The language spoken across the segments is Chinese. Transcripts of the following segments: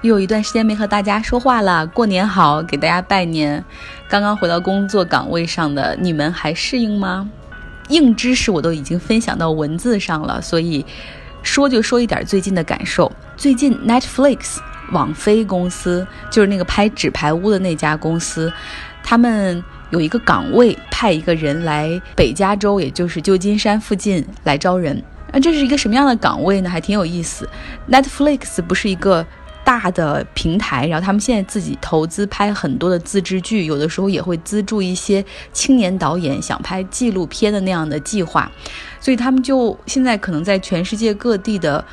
又有一段时间没和大家说话了，过年好，给大家拜年。刚刚回到工作岗位上的你们还适应吗？硬知识我都已经分享到文字上了，所以说就说一点最近的感受。最近 Netflix 网飞公司，就是那个拍纸牌屋的那家公司，他们有一个岗位派一个人来北加州，也就是旧金山附近来招人。这是一个什么样的岗位呢？还挺有意思。 Netflix 不是一个大的平台，然后他们现在自己投资拍很多的自制剧，有的时候也会资助一些青年导演想拍纪录片的那样的计划，所以他们就现在可能在全世界各地的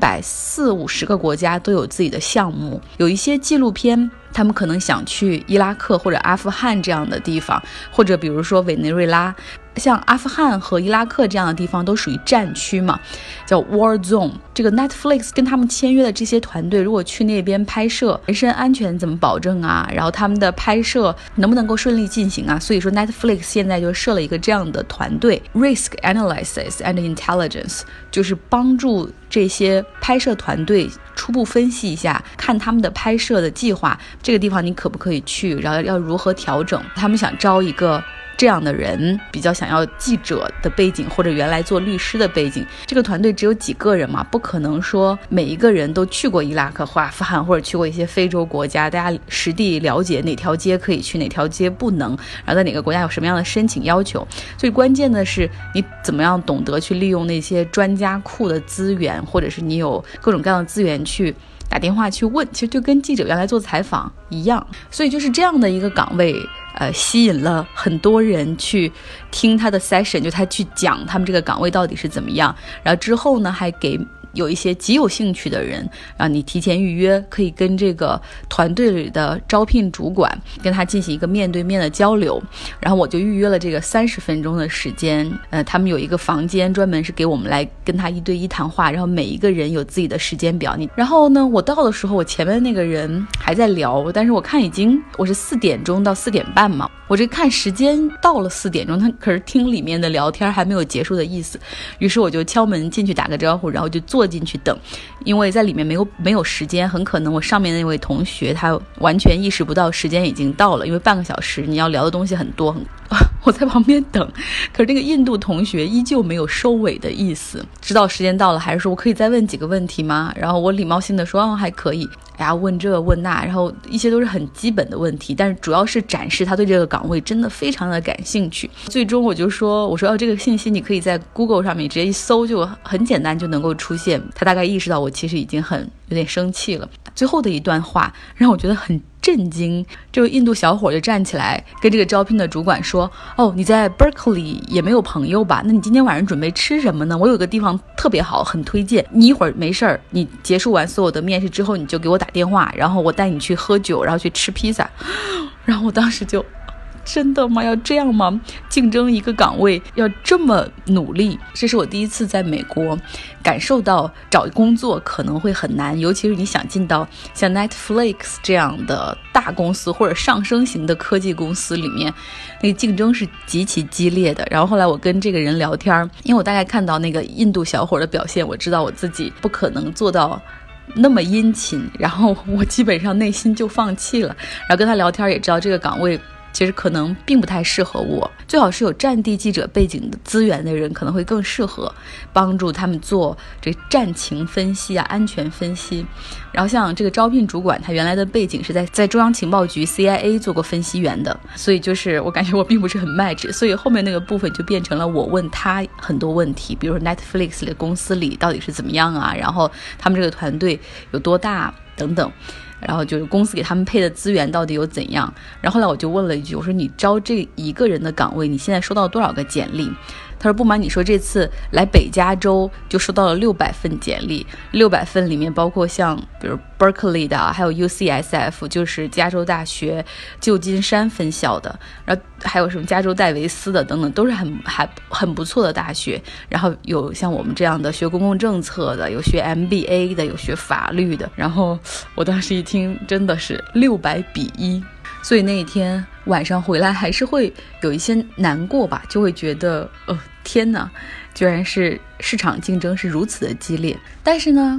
140-150个国家都有自己的项目。有一些纪录片他们可能想去伊拉克或者阿富汗这样的地方，或者比如说委内瑞拉，像阿富汗和伊拉克这样的地方都属于战区嘛，叫 War Zone。 这个 Netflix 跟他们签约的这些团队如果去那边拍摄，人身安全怎么保证啊，然后他们的拍摄能不能够顺利进行啊，所以说 Netflix 现在就设了一个这样的团队 Risk Analysis and Intelligence， 就是帮助这些拍摄团队初步分析一下，看他们的拍摄的计划，这个地方你可不可以去，然后要如何调整。他们想招一个这样的人，比较想要记者的背景或者原来做律师的背景。这个团队只有几个人嘛，不可能说每一个人都去过伊拉克或阿富汗，或者去过一些非洲国家，大家实地了解哪条街可以去，哪条街不能，然后在哪个国家有什么样的申请要求。最关键的是你怎么样懂得去利用那些专家库的资源，或者是你有各种各样的资源去打电话去问，其实就跟记者原来做采访一样。所以就是这样的一个岗位吸引了很多人去听他的 session， 就他去讲他们这个岗位到底是怎么样，然后之后呢还给有一些极有兴趣的人，让你提前预约，可以跟这个团队里的招聘主管跟他进行一个面对面的交流。然后我就预约了这个30分钟的时间，他们有一个房间专门是给我们来跟他1对1谈话，然后每一个人有自己的时间表。然后呢，我到的时候，我前面那个人还在聊，但是我看我是4点钟到4点半嘛，我这看时间到了4点钟，他可是听里面的聊天还没有结束的意思，于是我就敲门进去打个招呼，然后就坐进去等。因为在里面没有时间，很可能我上面那位同学他完全意识不到时间已经到了，因为半个小时你要聊的东西很多我在旁边等，可是这个印度同学依旧没有收尾的意思，知道时间到了还是说我可以再问几个问题吗？然后我礼貌性的说还可以。哎呀，问这问那，然后一些都是很基本的问题，但是主要是展示他对这个岗位真的非常的感兴趣。最终我说这个信息你可以在 Google 上面直接一搜，就很简单就能够出现。他大概意识到我其实已经有点生气了。最后的一段话让我觉得很震惊，这个印度小伙就站起来跟这个招聘的主管说，你在 Berkeley 也没有朋友吧？那你今天晚上准备吃什么呢？我有个地方特别好，很推荐你，一会儿没事儿，你结束完所有的面试之后你就给我打电话，然后我带你去喝酒，然后去吃披萨。然后我当时就真的吗？要这样吗？竞争一个岗位要这么努力？这是我第一次在美国感受到找工作可能会很难，尤其是你想进到像 Netflix 这样的大公司或者上升型的科技公司里面，那个竞争是极其激烈的。然后后来我跟这个人聊天，因为我大概看到那个印度小伙的表现，我知道我自己不可能做到那么殷勤，然后我基本上内心就放弃了。然后跟他聊天也知道这个岗位其实可能并不太适合我，最好是有战地记者背景的资源的人可能会更适合，帮助他们做这战情分析啊、安全分析。然后像这个招聘主管，他原来的背景是在中央情报局 CIA 做过分析员的，所以就是我感觉我并不是很 match， 所以后面那个部分就变成了我问他很多问题，比如说 Netflix 的公司里到底是怎么样啊，然后他们这个团队有多大等等，然后就是公司给他们配的资源到底有怎样。然后后来我就问了一句，我说你招这一个人的岗位，你现在收到多少个简历？他说不瞒你说，这次来北加州就收到了600份简历，600份里面包括像比如 Berkeley 的，还有 UCSF 就是加州大学旧金山分校的，然后还有什么加州戴维斯的等等，都是很不错的大学。然后有像我们这样的学公共政策的，有学 MBA 的，有学法律的。然后我当时一听真的是600-1，所以那一天晚上回来还是会有一些难过吧，就会觉得天哪，居然是市场竞争是如此的激烈。但是呢，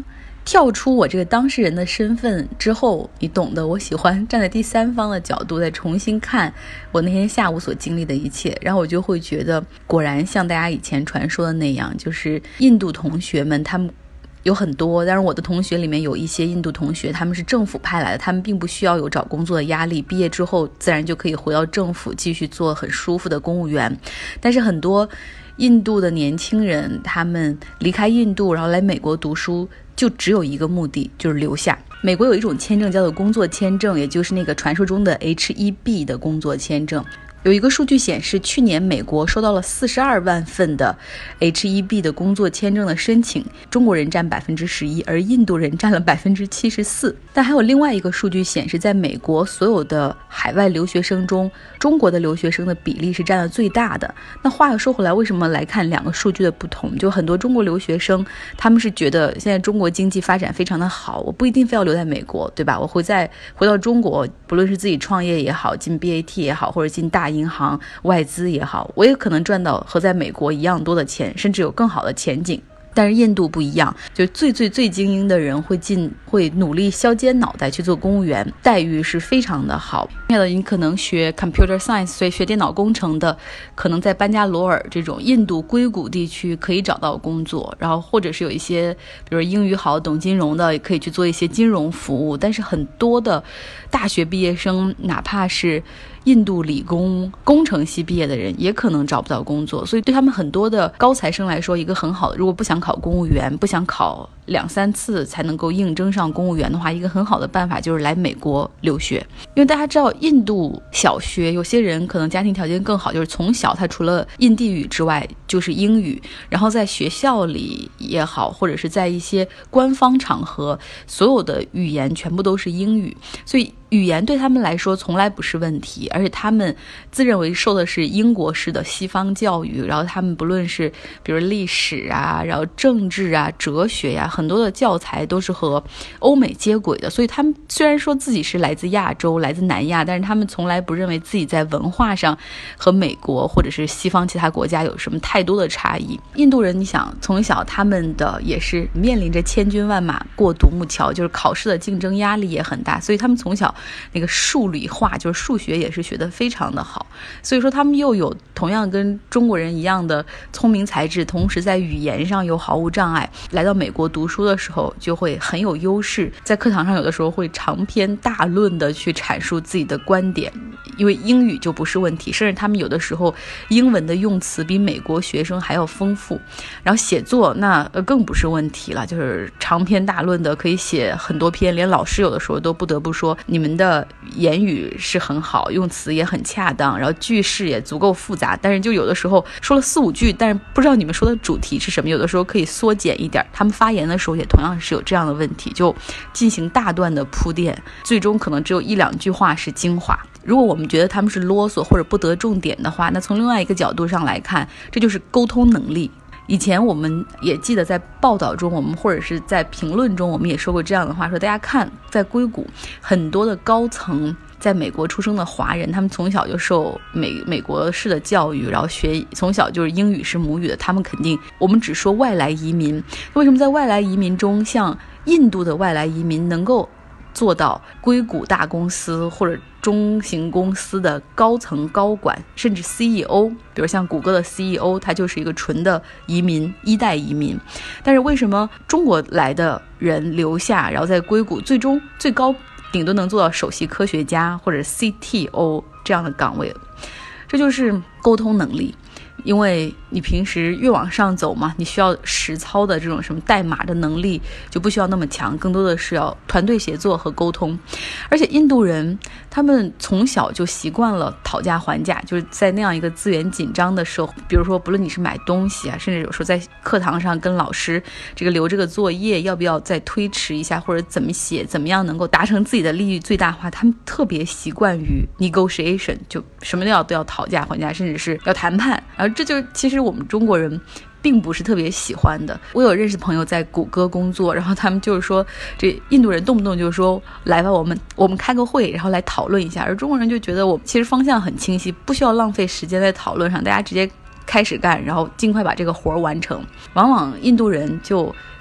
跳出我这个当事人的身份之后，你懂得，我喜欢站在第三方的角度再重新看我那天下午所经历的一切，然后我就会觉得果然像大家以前传说的那样，就是印度同学们他们有很多，但是我的同学里面有一些印度同学，他们是政府派来的，他们并不需要有找工作的压力，毕业之后自然就可以回到政府继续做很舒服的公务员。但是很多印度的年轻人，他们离开印度然后来美国读书，就只有一个目的，就是留下。美国有一种签证叫做工作签证，也就是那个传说中的 H-1B 的工作签证。有一个数据显示，去年美国收到了42万份的 H-1B 的工作签证的申请，中国人占11%，而印度人占了74%。但还有另外一个数据显示，在美国所有的海外留学生中，中国的留学生的比例是占了最大的。那话又说回来，为什么来看两个数据的不同？就很多中国留学生，他们是觉得现在中国经济发展非常的好，我不一定非要留在美国，对吧？我回到中国，不论是自己创业也好，进 BAT 也好，或者进大银行外资也好，我也可能赚到和在美国一样多的钱，甚至有更好的前景。但是印度不一样，就最精英的人会努力削尖脑袋去做公务员，待遇是非常的好。你可能学 computer science， 所以学电脑工程的，可能在班加罗尔这种印度硅谷地区可以找到工作，然后或者是有一些比如英语好懂金融的，也可以去做一些金融服务。但是很多的大学毕业生，哪怕是印度理工工程系毕业的人，也可能找不到工作。所以对他们很多的高材生来说，一个很好的，如果不想考公务员，不想考2-3次才能够应征上公务员的话，一个很好的办法就是来美国留学。因为大家知道印度小学有些人可能家庭条件更好，就是从小他除了印地语之外就是英语，然后在学校里也好，或者是在一些官方场合，所有的语言全部都是英语，所以语言对他们来说从来不是问题，而且他们自认为受的是英国式的西方教育，然后他们不论是比如历史啊，然后政治啊，哲学呀，很多的教材都是和欧美接轨的。所以他们虽然说自己是来自亚洲，来自南亚，但是他们从来不认为自己在文化上和美国或者是西方其他国家有什么太多的差异。印度人你想从小他们的也是面临着千军万马过独木桥，就是考试的竞争压力也很大，所以他们从小那个数理化，就是数学也是学得非常的好。所以说他们又有同样跟中国人一样的聪明才智，同时在语言上又毫无障碍，来到美国读书的时候就会很有优势，在课堂上有的时候会长篇大论的去阐述自己的观点，因为英语就不是问题，甚至他们有的时候英文的用词比美国学生还要丰富。然后写作那更不是问题了，就是长篇大论的可以写很多篇，连老师有的时候都不得不说你们的言语是很好，用词也很恰当，然后句式也足够复杂，但是就有的时候说了4-5句，但是不知道你们说的主题是什么，有的时候可以缩减一点。他们发言的时候也同样是有这样的问题，就进行大段的铺垫，最终可能只有1-2句话是精华。如果我们觉得他们是啰嗦或者不得重点的话，那从另外一个角度上来看，这就是沟通能力。以前我们也记得在报道中，我们或者是在评论中，我们也说过这样的话，说大家看在硅谷很多的高层在美国出生的华人，他们从小就受美国式的教育，然后从小就是英语是母语的，他们肯定，我们只说外来移民，为什么在外来移民中，像印度的外来移民能够做到硅谷大公司或者中型公司的高层高管，甚至 CEO， 比如像谷歌的 CEO， 他就是一个纯的移民，1代移民。但是为什么中国来的人留下，然后在硅谷最终最高顶多能做到首席科学家或者 CTO 这样的岗位？这就是沟通能力。因为你平时越往上走嘛，你需要实操的这种什么代码的能力就不需要那么强，更多的是要团队协作和沟通。而且印度人他们从小就习惯了讨价还价，就是在那样一个资源紧张的社会，比如说不论你是买东西啊，甚至有时候在课堂上跟老师留这个作业要不要再推迟一下，或者怎么写，怎么样能够达成自己的利益最大化，他们特别习惯于 negotiation， 就什么都要讨价还价，甚至是要谈判。然后这就其实我们中国人并不是特别喜欢的。我有认识朋友在谷歌工作，然后他们就是说这印度人动不动就说来吧，我们开个会，然后来讨论一下，而中国人就觉得我其实方向很清晰，不需要浪费时间在讨论上，大家直接开始干，然后尽快把这个活完成。往往印度人就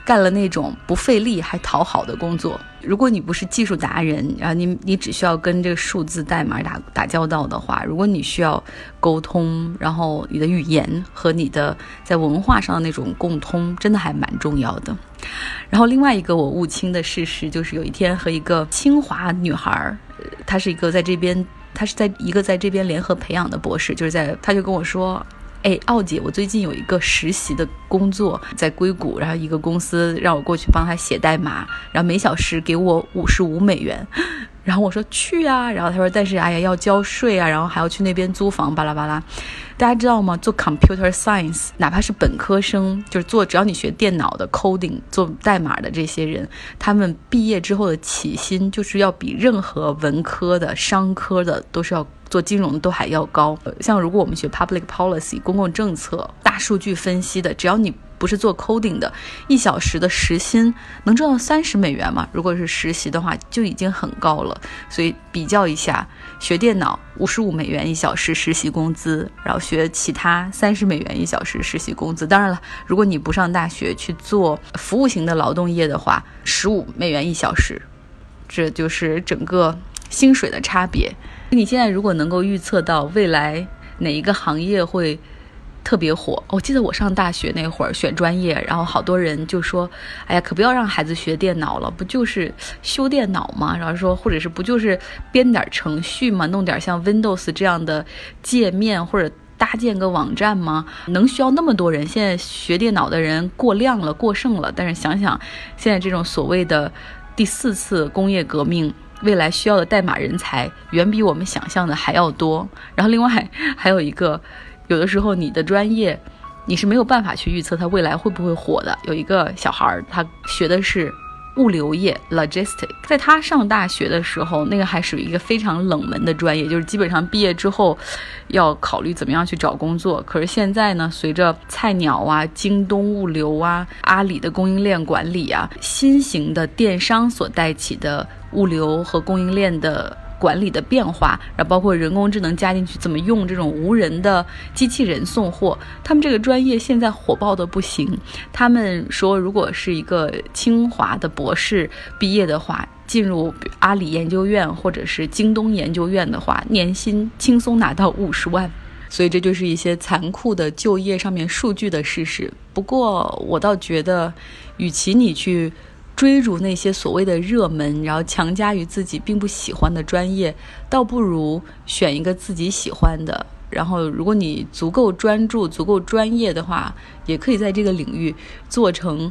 干了那种不费力还讨好的工作。如果你不是技术达人，然后你只需要跟这个数字代码打交道的话，如果你需要沟通，然后你的语言和你的在文化上的那种共通真的还蛮重要的。然后另外一个我误清的事实就是有一天和一个清华女孩，她是一个在这边联合培养的博士，她就跟我说，奥姐，我最近有一个实习的工作在硅谷，然后一个公司让我过去帮他写代码，然后每小时给我$55。然后我说去啊，然后他说但是要交税啊，然后还要去那边租房巴拉巴拉。大家知道吗？做 computer science 哪怕是本科生，就是只要你学电脑的 coding 做代码的这些人，他们毕业之后的起薪就是要比任何文科的商科的都是要做金融的都还要高。像如果我们学 public policy 公共政策大数据分析的，只要你不是做 coding 的，1小时的时薪能赚到$30嘛，如果是实习的话就已经很高了。所以比较一下，学电脑$551小时实习工资，然后学其他$301小时实习工资。当然了，如果你不上大学去做服务型的劳动业的话，$151小时，这就是整个薪水的差别。你现在如果能够预测到未来哪一个行业会特别火，我记得我上大学那会儿选专业，然后好多人就说，可不要让孩子学电脑了，不就是修电脑吗？然后说或者是不就是编点程序吗？弄点像 Windows 这样的界面，或者搭建个网站吗？能需要那么多人？现在学电脑的人过量了，过剩了。但是想想现在这种所谓的第4次工业革命，未来需要的代码人才远比我们想象的还要多。然后另外还有一个，有的时候你的专业你是没有办法去预测它未来会不会火的。有一个小孩他学的是物流业 logistic， 在他上大学的时候，那个还属于一个非常冷门的专业，就是基本上毕业之后要考虑怎么样去找工作。可是现在呢，随着菜鸟啊、京东物流啊、阿里的供应链管理啊、新型的电商所带起的物流和供应链的管理的变化，然后包括人工智能加进去，怎么用这种无人的机器人送货，他们这个专业现在火爆的不行。他们说如果是一个清华的博士毕业的话，进入阿里研究院或者是京东研究院的话，年薪轻松拿到50万。所以这就是一些残酷的就业上面数据的事实。不过我倒觉得，与其你去追逐那些所谓的热门，然后强加于自己并不喜欢的专业，倒不如选一个自己喜欢的。然后如果你足够专注、足够专业的话，也可以在这个领域做成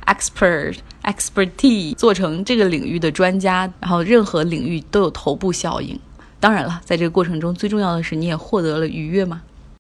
expertise， 做成这个领域的专家，然后任何领域都有头部效应。当然了，在这个过程中最重要的是你也获得了愉悦嘛。